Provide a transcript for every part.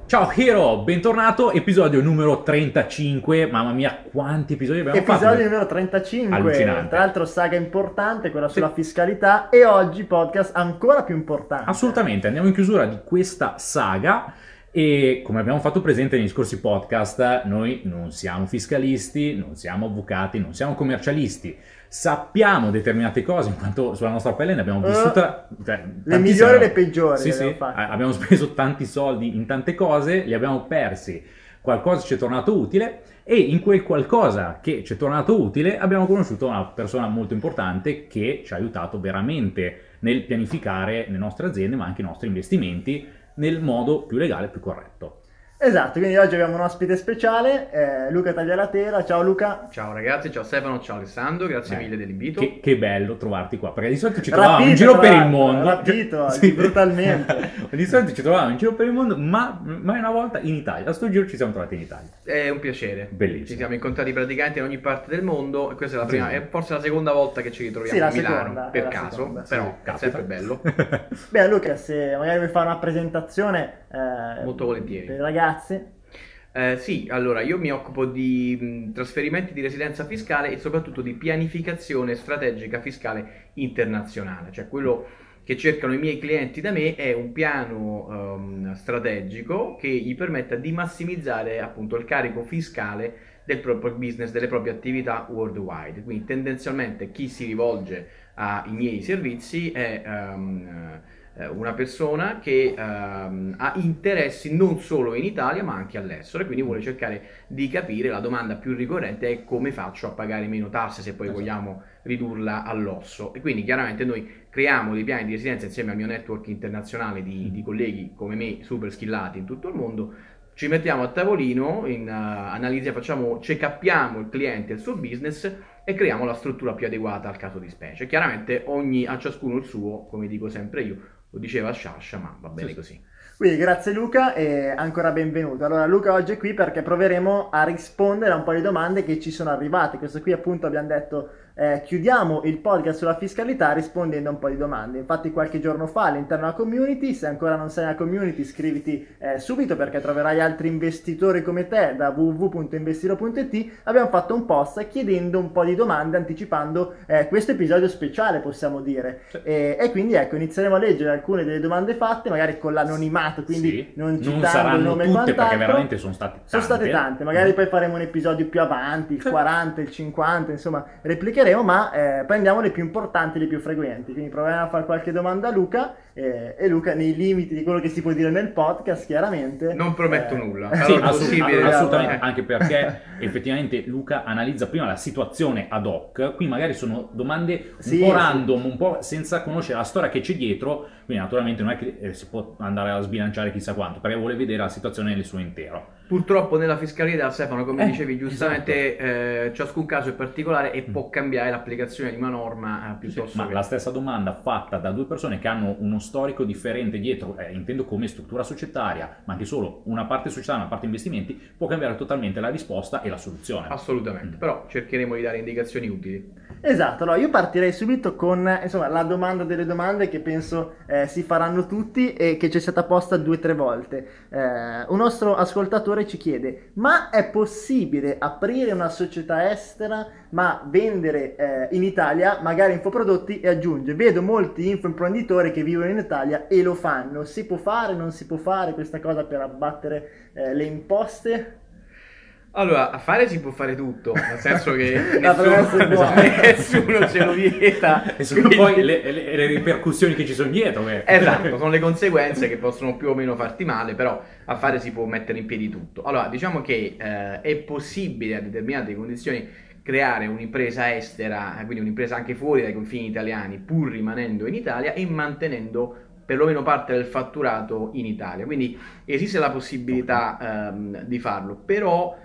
Ciao Hero, bentornato, episodio numero 35, mamma mia quanti episodi abbiamo fatto. Episodio numero 35, Allucinante. tra l'altro saga importante, quella sulla fiscalità, e oggi podcast ancora più importante. Assolutamente, andiamo in chiusura di questa saga e come abbiamo fatto presente negli scorsi podcast, noi non siamo fiscalisti, non siamo avvocati, non siamo commercialisti. Sappiamo determinate cose in quanto sulla nostra pelle ne abbiamo vissute le migliori e le peggiori. Sì, abbiamo speso tanti soldi in tante cose, li abbiamo persi, qualcosa ci è tornato utile e in quel qualcosa che ci è tornato utile abbiamo conosciuto una persona molto importante che ci ha aiutato veramente nel pianificare le nostre aziende ma anche i nostri investimenti nel modo più legale e più corretto. Esatto, quindi oggi abbiamo un ospite speciale, Luca Taglialatera. Ciao Luca. Ciao ragazzi, ciao Stefano, ciao Alessandro, grazie mille dell'invito. Che bello trovarti qua, perché di solito ci trovavamo in giro per il mondo. Rapito, sì. Brutalmente. Di solito ci trovavamo in giro per il mondo, ma mai una volta in Italia. A sto giro ci siamo trovati in Italia. È un piacere. Bellissimo. Ci siamo incontrati praticamente in ogni parte del mondo e questa è la prima, è forse la seconda volta che ci ritroviamo a Milano, per caso, seconda, però è sempre bello. Beh Luca, se magari vuoi fare una presentazione molto volentieri per i ragazzi. Sì, allora io mi occupo di trasferimenti di residenza fiscale e soprattutto di pianificazione strategica fiscale internazionale, cioè quello che cercano i miei clienti da me è un piano strategico che gli permetta di massimizzare appunto il carico fiscale del proprio business, delle proprie attività worldwide. Quindi tendenzialmente chi si rivolge ai miei servizi è una persona che ha interessi non solo in Italia ma anche all'estero e quindi vuole cercare di capire. La domanda più ricorrente è come faccio a pagare meno tasse se poi vogliamo ridurla all'osso, e quindi chiaramente noi creiamo dei piani di residenza insieme al mio network internazionale di colleghi come me super skillati in tutto il mondo. Ci mettiamo a tavolino, check-upiamo il cliente e il suo business e creiamo la struttura più adeguata al caso di specie. Chiaramente a ciascuno il suo, come dico sempre io, lo diceva Sciascia, ma va bene così. Quindi grazie Luca e ancora benvenuto. Allora Luca oggi è qui perché proveremo a rispondere a un po' di domande che ci sono arrivate. Questo qui appunto abbiamo detto chiudiamo il podcast sulla fiscalità rispondendo a un po' di domande. Infatti qualche giorno fa all'interno della community, se ancora non sei nella community iscriviti subito perché troverai altri investitori come te da www.investiro.it. Abbiamo fatto un post chiedendo un po' di domande, anticipando questo episodio speciale possiamo dire. E quindi ecco, inizieremo a leggere alcune delle domande fatte magari con l'anonimato, quindi non citando il nome e tutte perché quant'altro. veramente sono state tante. Magari poi faremo un episodio più avanti, il 40, il 50, insomma replicheremo, ma prendiamo le più importanti, le più frequenti. Quindi proviamo a fare qualche domanda a Luca e Luca, nei limiti di quello che si può dire nel podcast, chiaramente non prometto nulla. Sì, assolutamente, anche perché effettivamente Luca analizza prima la situazione ad hoc. Qui magari sono domande un po' random, un po' senza conoscere la storia che c'è dietro, quindi naturalmente non è che si può andare a sbilanciare chissà quanto, perché vuole vedere la situazione nel suo intero. Purtroppo nella fiscalità, Stefano, come dicevi giustamente, ciascun caso è particolare e può cambiare l'applicazione di una norma piuttosto ma la stessa domanda fatta da due persone che hanno uno storico differente dietro, intendo come struttura societaria, ma anche solo una parte societaria, una parte investimenti, può cambiare totalmente la risposta e la soluzione. Assolutamente, però cercheremo di dare indicazioni utili. Esatto, allora io partirei subito con la domanda delle domande che penso si faranno tutti e che ci è stata posta 2 o 3 volte. Un nostro ascoltatore ci chiede: ma è possibile aprire una società estera ma vendere in Italia magari infoprodotti? E aggiunge: vedo molti infoimprenditori che vivono in Italia e lo fanno. Si può fare, non si può fare questa cosa per abbattere le imposte? Allora, a fare si può fare tutto, nel senso che nessuno ce lo vieta. E sono poi le ripercussioni che ci sono dietro. Esatto, sono le conseguenze che possono più o meno farti male, però a fare si può mettere in piedi tutto. Allora, diciamo che è possibile a determinate condizioni creare un'impresa estera, quindi un'impresa anche fuori dai confini italiani, pur rimanendo in Italia e mantenendo perlomeno parte del fatturato in Italia. Quindi esiste la possibilità di farlo, però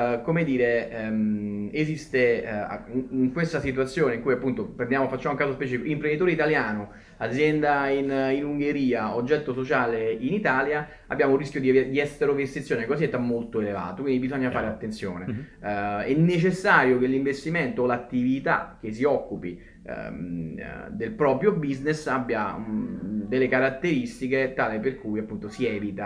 esiste in questa situazione in cui appunto facciamo un caso specifico, imprenditore italiano, azienda in Ungheria, oggetto sociale in Italia, abbiamo un rischio di esterovestizione cosiddetta molto elevato, quindi bisogna fare attenzione. È necessario che l'investimento o l'attività che si occupi del proprio business abbia delle caratteristiche tale per cui appunto si evita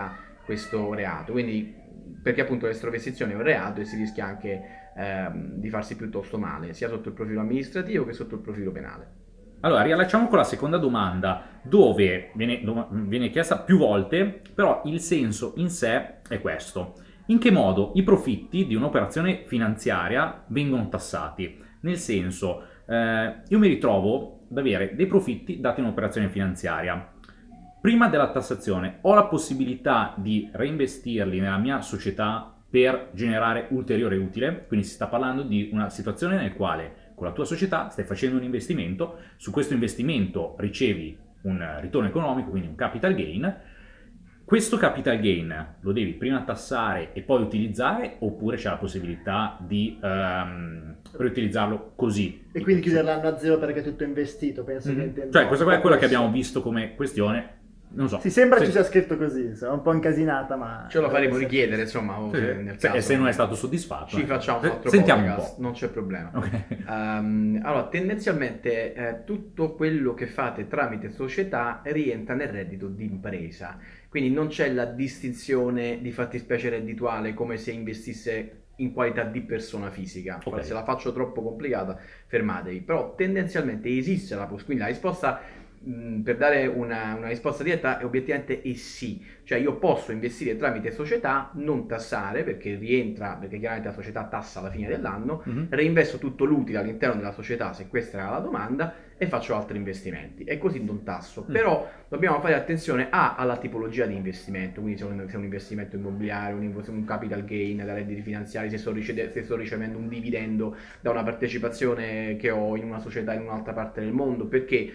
questo reato. Quindi, perché appunto l'estroversione è un reato e si rischia anche di farsi piuttosto male, sia sotto il profilo amministrativo che sotto il profilo penale. Allora, riallacciamo con la seconda domanda, dove viene chiesta più volte, però il senso in sé è questo. In che modo i profitti di un'operazione finanziaria vengono tassati? Nel senso, io mi ritrovo ad avere dei profitti dati in un'operazione finanziaria. Prima della tassazione ho la possibilità di reinvestirli nella mia società per generare ulteriore utile, quindi si sta parlando di una situazione nel quale con la tua società stai facendo un investimento, su questo investimento ricevi un ritorno economico, quindi un capital gain. Questo capital gain lo devi prima tassare e poi utilizzare, oppure c'è la possibilità di riutilizzarlo così? E quindi chiudere l'anno a zero perché è tutto investito, penso che intenda. Cioè, questa qua è quella che abbiamo visto come questione. Non so. Sì, sembra ci sia scritto così, insomma, un po' incasinata, ma... Ce lo faremo richiedere, insomma, nel E caso se non è stato soddisfatto, ci facciamo un altro sentiamo podcast, un po'. non c'è problema. Okay. Allora, tendenzialmente tutto quello che fate tramite società rientra nel reddito d'impresa, quindi non c'è la distinzione di fattispecie reddituale come se investisse in qualità di persona fisica. Okay. Se la faccio troppo complicata, fermatevi, però tendenzialmente esiste la possibilità, quindi la risposta per dare una risposta diretta è obiettivamente è sì, cioè io posso investire tramite società, non tassare perché rientra, perché chiaramente la società tassa alla fine dell'anno, reinvesto tutto l'utile all'interno della società se questa era la domanda e faccio altri investimenti e così non tasso. Però dobbiamo fare attenzione alla tipologia di investimento, quindi se è un investimento immobiliare, un capital gain da redditi finanziari, se sto ricevendo un dividendo da una partecipazione che ho in una società in un'altra parte del mondo, perché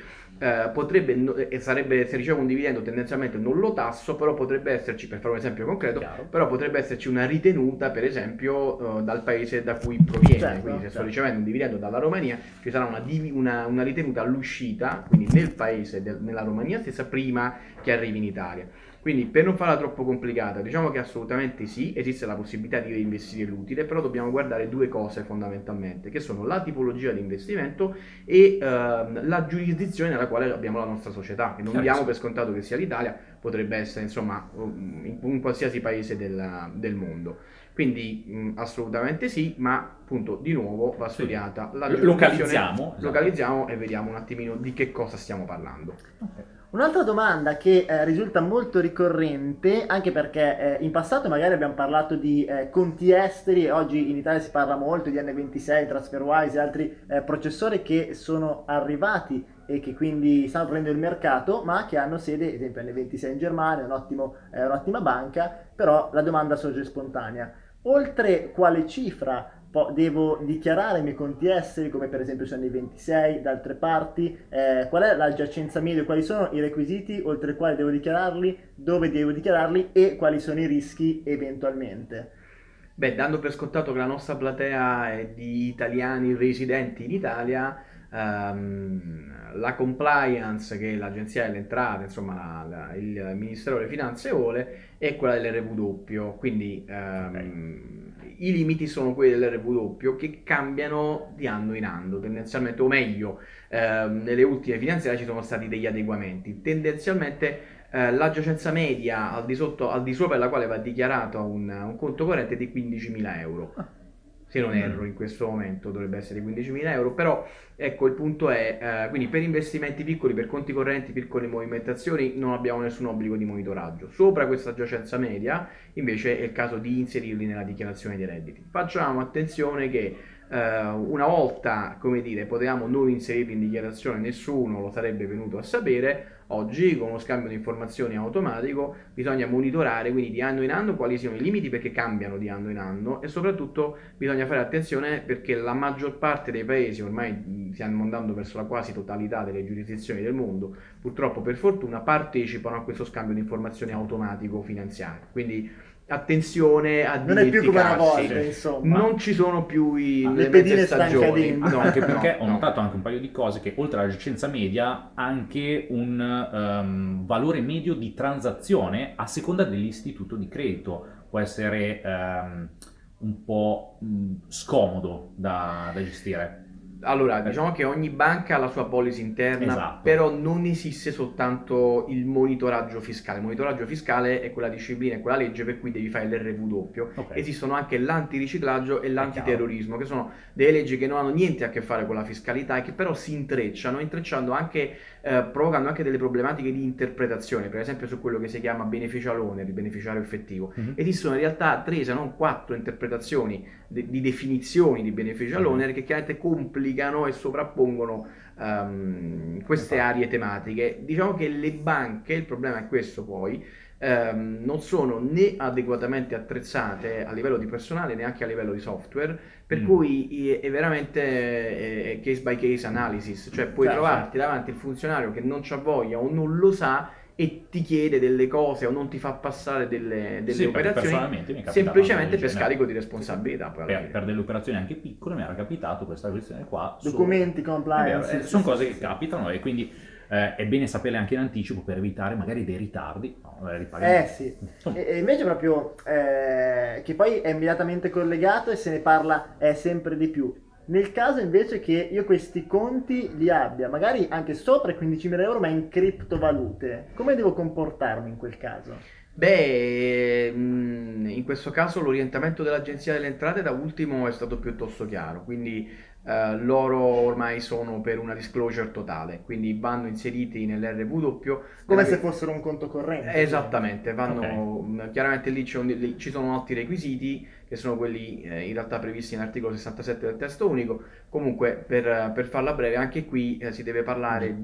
se ricevo un dividendo tendenzialmente non lo tasso, però potrebbe esserci, per fare un esempio concreto, però potrebbe esserci una ritenuta per esempio dal paese da cui proviene, certo, quindi se sto ricevendo un dividendo dalla Romania ci sarà una ritenuta all'uscita, quindi nel paese, nella Romania stessa, prima che arrivi in Italia. Quindi per non farla troppo complicata, diciamo che assolutamente sì, esiste la possibilità di reinvestire l'utile, però dobbiamo guardare due cose fondamentalmente, che sono la tipologia di investimento e la giurisdizione nella quale abbiamo la nostra società, che non diamo per scontato che sia l'Italia, potrebbe essere insomma in qualsiasi paese del mondo. Quindi assolutamente sì, ma appunto di nuovo va studiata la giurisdizione. Localizziamo e vediamo un attimino di che cosa stiamo parlando. Okay. Un'altra domanda che risulta molto ricorrente, anche perché in passato magari abbiamo parlato di conti esteri, oggi in Italia si parla molto di N26, TransferWise e altri processori che sono arrivati e che quindi stanno prendendo il mercato, ma che hanno sede, ad esempio N26 in Germania, un'ottima banca, però la domanda sorge spontanea. Oltre quale cifra devo dichiarare i miei conti esteri, come per esempio sono i 26 da altre parti, qual è la giacenza media, quali sono i requisiti oltre i quali devo dichiararli, dove devo dichiararli e quali sono i rischi eventualmente. Beh, dando per scontato che la nostra platea è di italiani residenti in Italia, la compliance che l'Agenzia delle Entrate, insomma il Ministero delle Finanze vuole, è quella dell'RW, quindi i limiti sono quelli dell'RW che cambiano di anno in anno tendenzialmente, o meglio nelle ultime finanziarie ci sono stati degli adeguamenti. Tendenzialmente la giacenza media al di sopra della quale va dichiarato un conto corrente è di 15.000 euro. Se non erro, in questo momento dovrebbe essere 15.000 euro, però ecco il punto è, quindi per investimenti piccoli, per conti correnti, piccole movimentazioni non abbiamo nessun obbligo di monitoraggio. Sopra questa giacenza media invece è il caso di inserirli nella dichiarazione dei redditi. Facciamo attenzione che una volta, come dire, potevamo non inserirli in dichiarazione, nessuno lo sarebbe venuto a sapere. Oggi con uno scambio di informazioni automatico bisogna monitorare quindi di anno in anno quali siano i limiti, perché cambiano di anno in anno, e soprattutto bisogna fare attenzione perché la maggior parte dei paesi, ormai stiamo andando verso la quasi totalità delle giurisdizioni del mondo, purtroppo per fortuna partecipano a questo scambio di informazioni automatico finanziario, quindi attenzione a non è più come una volta, dimenticarsi. insomma. Non ci sono più le le pedine mezze stanno stagioni. cadendo. Anche perché ho notato anche un paio di cose, che oltre alla giacenza media anche un valore medio di transazione a seconda dell'istituto di credito può essere un po' scomodo da gestire. Allora, diciamo che ogni banca ha la sua policy interna, Esatto. però non esiste soltanto il monitoraggio fiscale. Il monitoraggio fiscale è quella disciplina, è quella legge per cui devi fare l'RW. Ok. Esistono anche l'antiriciclaggio e l'antiterrorismo, che sono delle leggi che non hanno niente a che fare con la fiscalità e che però si intrecciando anche, provocando anche delle problematiche di interpretazione, per esempio su quello che si chiama beneficial owner, il beneficiario effettivo. Mhm. Esistono in realtà 3 se non 4 interpretazioni di definizioni di beneficial owner che chiaramente complicano e sovrappongono queste aree tematiche. Diciamo che le banche, il problema è questo poi, non sono né adeguatamente attrezzate a livello di personale neanche a livello di software, per cui è veramente case by case analysis, cioè puoi trovarti davanti il funzionario che non c'ha voglia o non lo sa e ti chiede delle cose o non ti fa passare delle Sì, perché operazioni personalmente mi è capitato semplicemente del per genere. scarico di responsabilità. Poi alla fine. Per delle operazioni anche piccole mi era capitato questa questione qua. Documenti, È vero, compliance. Sì, sono sì, cose sì, che sì. capitano e quindi è bene saperle anche in anticipo per evitare magari dei ritardi, no, ripagamenti. Sì, Insomma, e invece proprio che poi è immediatamente collegato e se ne parla sempre di più. Nel caso invece che io questi conti li abbia, magari anche sopra i 15.000 euro, ma in criptovalute, come devo comportarmi in quel caso? Beh, in questo caso l'orientamento dell'Agenzia delle Entrate da ultimo è stato piuttosto chiaro, quindi loro ormai sono per una disclosure totale, quindi vanno inseriti nell'RW. Come se fossero un conto corrente. Esattamente, vanno, Ok. chiaramente lì ci sono altri requisiti che sono quelli in realtà previsti nell'articolo 67 del testo unico. Comunque, per farla breve, anche qui si deve parlare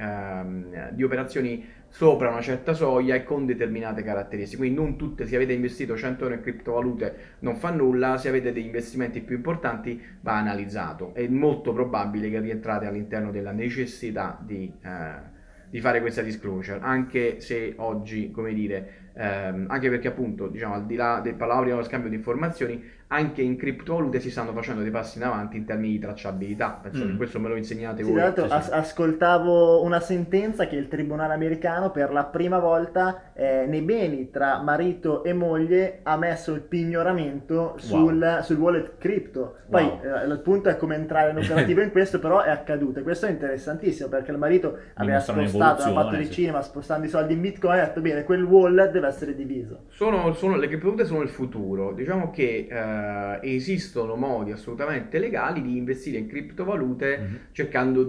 di operazioni sopra una certa soglia e con determinate caratteristiche. Quindi non tutte, se avete investito 100 euro in criptovalute non fa nulla, se avete degli investimenti più importanti va analizzato. È molto probabile che rientrate all'interno della necessità di fare questa disclosure, anche se oggi, come dire, anche perché appunto, diciamo, al di là del parlavo prima dello scambio di informazioni, anche in criptovalute si stanno facendo dei passi in avanti in termini di tracciabilità. Penso che questo me lo insegnate Sì, voi. tra l'altro Sì, sì. ascoltavo una sentenza che il tribunale americano per la prima volta nei beni tra marito e moglie ha messo il pignoramento sul wallet cripto. Poi Wow. il punto è come entrare in operativo in questo, però è accaduto. E questo è interessantissimo perché il marito aveva Dimostra spostato, aveva fatto un'evoluzione, di sì. cinema spostando i soldi in bitcoin e ha detto bene, quel wallet deve essere diviso. Le criptovalute sono il futuro. Diciamo che esistono modi assolutamente legali di investire in criptovalute cercando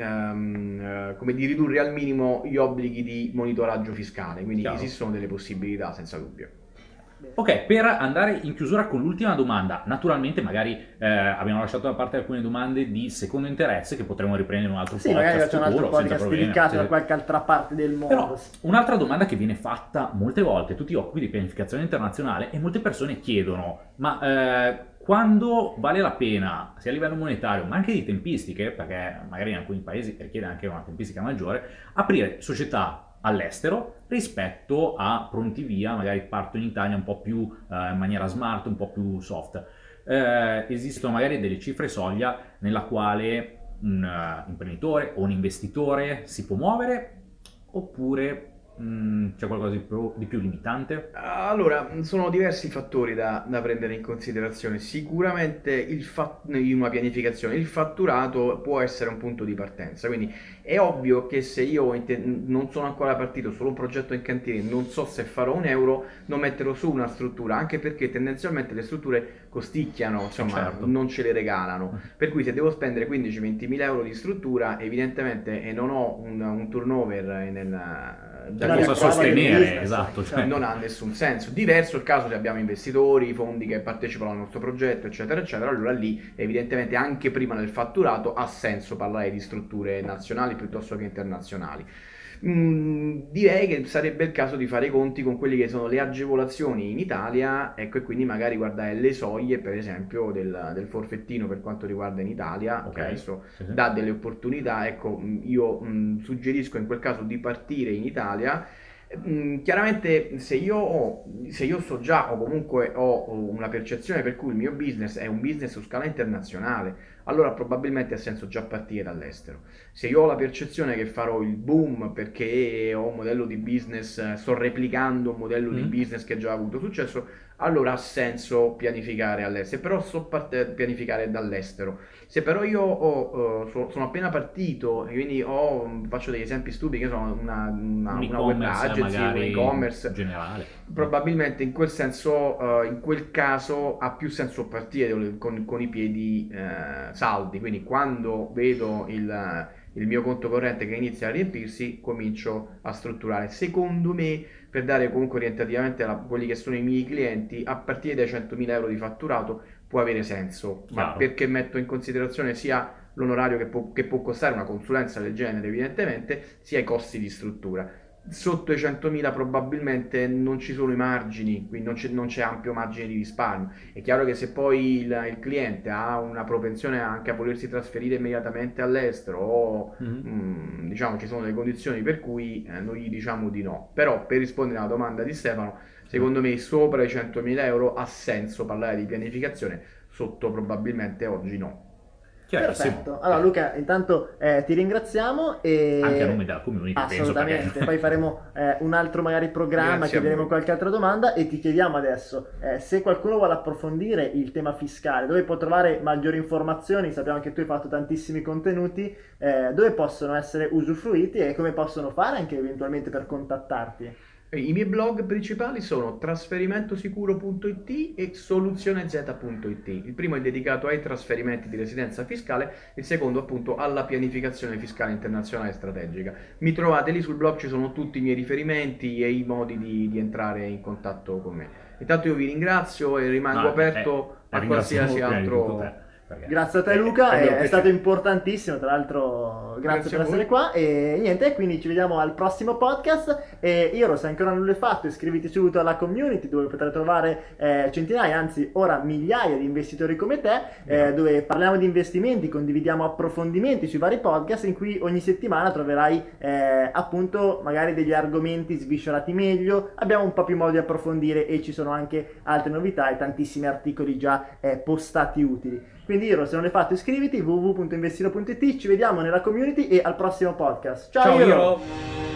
come di ridurre al minimo gli obblighi di monitoraggio fiscale. Quindi Chiaro. esistono delle possibilità, senza dubbio. Ok, per andare in chiusura con l'ultima domanda, naturalmente magari abbiamo lasciato da parte alcune domande di secondo interesse che potremo riprendere in un altro Sì, magari podcast faccio un altro futuro, senza podcast problemi. dedicato Sì, da qualche altra parte del mondo. Però un'altra domanda che viene fatta molte volte, tu ti occupi di pianificazione internazionale e molte persone chiedono, ma quando vale la pena, sia a livello monetario ma anche di tempistiche, perché magari in alcuni paesi richiede anche una tempistica maggiore, aprire società all'estero rispetto a pronti via, magari parto in Italia un po' più in maniera smart, un po' più soft. Esistono magari delle cifre soglia nella quale un imprenditore o un investitore si può muovere oppure c'è qualcosa di più limitante? Allora, sono diversi fattori da prendere in considerazione. Sicuramente in una pianificazione il fatturato può essere un punto di partenza, quindi è ovvio che se io non sono ancora partito, solo un progetto in cantiere, non so se farò un euro, non metterò su una struttura, anche perché tendenzialmente le strutture costicchiano, insomma, Certo. non ce le regalano. Per cui se devo spendere 15-20 mila euro di struttura, evidentemente, e non ho un turnover Che Una possa riprova del sostenere, business, esatto. Cioè. non ha nessun senso. Diverso il caso se abbiamo investitori, fondi che partecipano al nostro progetto, eccetera, eccetera. Allora lì, evidentemente, anche prima del fatturato ha senso parlare di strutture nazionali piuttosto che internazionali. Direi che sarebbe il caso di fare i conti con quelle che sono le agevolazioni in Italia, ecco, e quindi magari guardare le soglie, per esempio, del forfettino per quanto riguarda in Italia, Ok. che adesso Sì, sì. dà delle opportunità. Ecco, io suggerisco in quel caso di partire in Italia. Chiaramente se io so già o comunque ho una percezione per cui il mio business è un business su scala internazionale, allora probabilmente ha senso già partire dall'estero. Se io ho la percezione che farò il boom perché ho un modello di business, sto replicando un modello di business che già ha avuto successo, allora ha senso pianificare all'estero, però pianificare dall'estero. Se però io sono appena partito e quindi faccio degli esempi stupidi, che sono una web agency, un magari e-commerce generale, probabilmente in quel senso, in quel caso ha più senso partire con i piedi saldi, quindi quando vedo il mio conto corrente che inizia a riempirsi, comincio a strutturare. Secondo me, per dare comunque orientativamente a quelli che sono i miei clienti, a partire dai 100.000 euro di fatturato può avere senso, ma chiaro. perché metto in considerazione sia l'onorario che può costare una consulenza del genere, evidentemente, sia i costi di struttura. Sotto i 100.000 probabilmente non ci sono i margini, quindi non c'è ampio margine di risparmio. È chiaro che se poi il cliente ha una propensione anche a volersi trasferire immediatamente all'estero o diciamo ci sono delle condizioni per cui noi gli diciamo di no. Però per rispondere alla domanda di Stefano, secondo me sopra i 100.000 euro ha senso parlare di pianificazione, sotto probabilmente oggi no. Perfetto, allora Luca, intanto ti ringraziamo e anche a nome della community, assolutamente, penso, perché... poi faremo un altro magari programma, Grazie a chiederemo voi. qualche altra domanda e ti chiediamo adesso se qualcuno vuole approfondire il tema fiscale, dove può trovare maggiori informazioni, sappiamo che tu hai fatto tantissimi contenuti, dove possono essere usufruiti e come possono fare anche eventualmente per contattarti. I miei blog principali sono trasferimentosicuro.it e soluzionez.it. Il primo è dedicato ai trasferimenti di residenza fiscale, il secondo appunto alla pianificazione fiscale internazionale strategica. Mi trovate lì sul blog, ci sono tutti i miei riferimenti e i modi di entrare in contatto con me. Intanto io vi ringrazio e rimango aperto a qualsiasi altro... Grazie a te Luca, è piacere. stato importantissimo, tra l'altro grazie per a voi. essere qua e niente, quindi ci vediamo al prossimo podcast e io se ancora non l'hai fatto iscriviti subito alla community dove potrai trovare centinaia, anzi ora migliaia di investitori come te, dove parliamo di investimenti, condividiamo approfondimenti sui vari podcast in cui ogni settimana troverai appunto magari degli argomenti sviscerati meglio, abbiamo un po' più modo di approfondire e ci sono anche altre novità e tantissimi articoli già postati utili. Quindi Iro, se non l'hai fatto iscriviti www.investiro.it, ci vediamo nella community e al prossimo podcast. Ciao Iro!